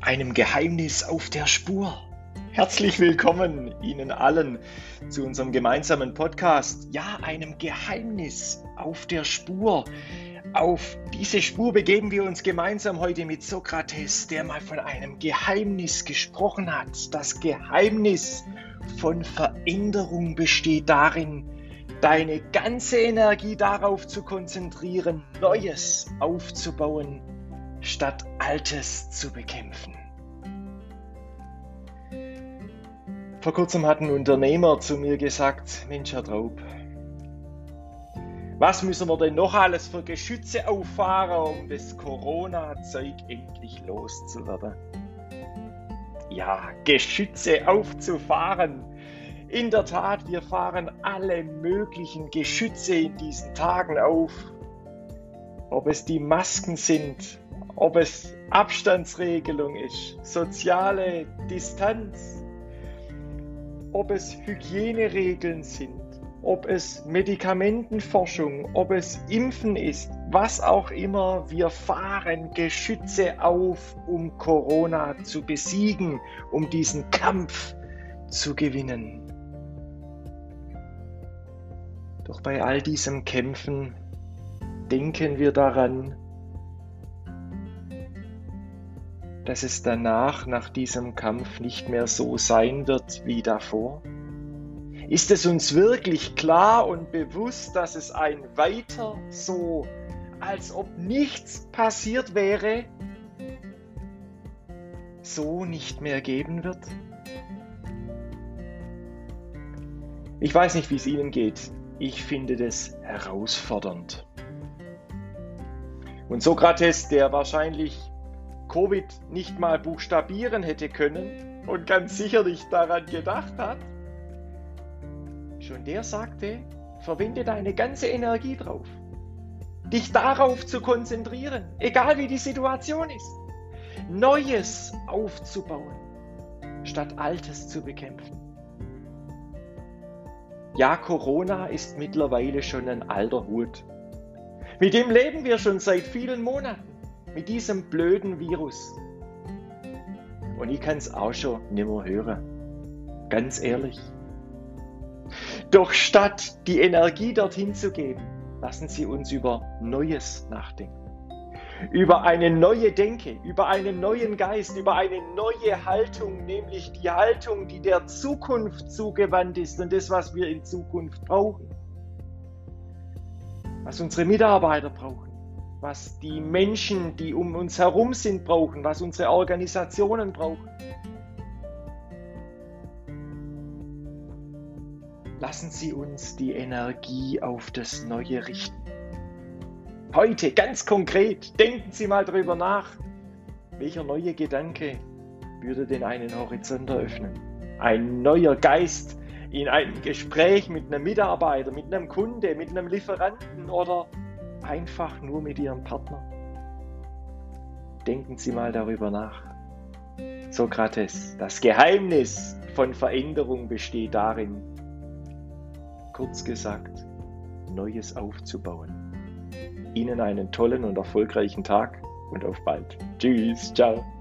einem Geheimnis auf der Spur. Herzlich willkommen Ihnen allen zu unserem gemeinsamen Podcast. Ja, einem Geheimnis auf der Spur. Auf diese Spur begeben wir uns gemeinsam heute mit Sokrates, der mal von einem Geheimnis gesprochen hat. Das Geheimnis von Veränderung besteht darin, deine ganze Energie darauf zu konzentrieren, Neues aufzubauen, statt Altes zu bekämpfen. Vor kurzem hat ein Unternehmer zu mir gesagt: Mensch, Herr Traub, was müssen wir denn noch alles für Geschütze auffahren, um das Corona-Zeug endlich loszuwerden? Ja, Geschütze aufzufahren. In der Tat, wir fahren alle möglichen Geschütze in diesen Tagen auf. Ob es die Masken sind, ob es Abstandsregelung ist, soziale Distanz, ob es Hygieneregeln sind, ob es Medikamentenforschung, ob es Impfen ist, was auch immer, wir fahren Geschütze auf, um Corona zu besiegen, um diesen Kampf zu gewinnen. Doch bei all diesem Kämpfen denken wir daran, dass es danach, nach diesem Kampf, nicht mehr so sein wird wie davor? Ist es uns wirklich klar und bewusst, dass es ein Weiter so, als ob nichts passiert wäre, so nicht mehr geben wird? Ich weiß nicht, wie es Ihnen geht. Ich finde das herausfordernd. Und Sokrates, der wahrscheinlich Covid nicht mal buchstabieren hätte können und ganz sicherlich daran gedacht hat, schon der sagte, verwende deine ganze Energie drauf, dich darauf zu konzentrieren, egal wie die Situation ist, Neues aufzubauen, statt Altes zu bekämpfen. Ja, Corona ist mittlerweile schon ein alter Hut. Mit dem leben wir schon seit vielen Monaten, mit diesem blöden Virus. Und ich kann es auch schon nimmer hören, ganz ehrlich. Doch statt die Energie dorthin zu geben, lassen Sie uns über Neues nachdenken. Über eine neue Denke, über einen neuen Geist, über eine neue Haltung, nämlich die Haltung, die der Zukunft zugewandt ist und das, was wir in Zukunft brauchen. Was unsere Mitarbeiter brauchen, was die Menschen, die um uns herum sind, brauchen, was unsere Organisationen brauchen. Lassen Sie uns die Energie auf das Neue richten. Heute ganz konkret, denken Sie mal drüber nach, welcher neue Gedanke würde denn einen Horizont eröffnen? Ein neuer Geist in einem Gespräch mit einem Mitarbeiter, mit einem Kunde, mit einem Lieferanten oder einfach nur mit Ihrem Partner. Denken Sie mal darüber nach. Sokrates, das Geheimnis von Veränderung besteht darin, kurz gesagt, Neues aufzubauen. Ihnen einen tollen und erfolgreichen Tag und auf bald. Tschüss, ciao.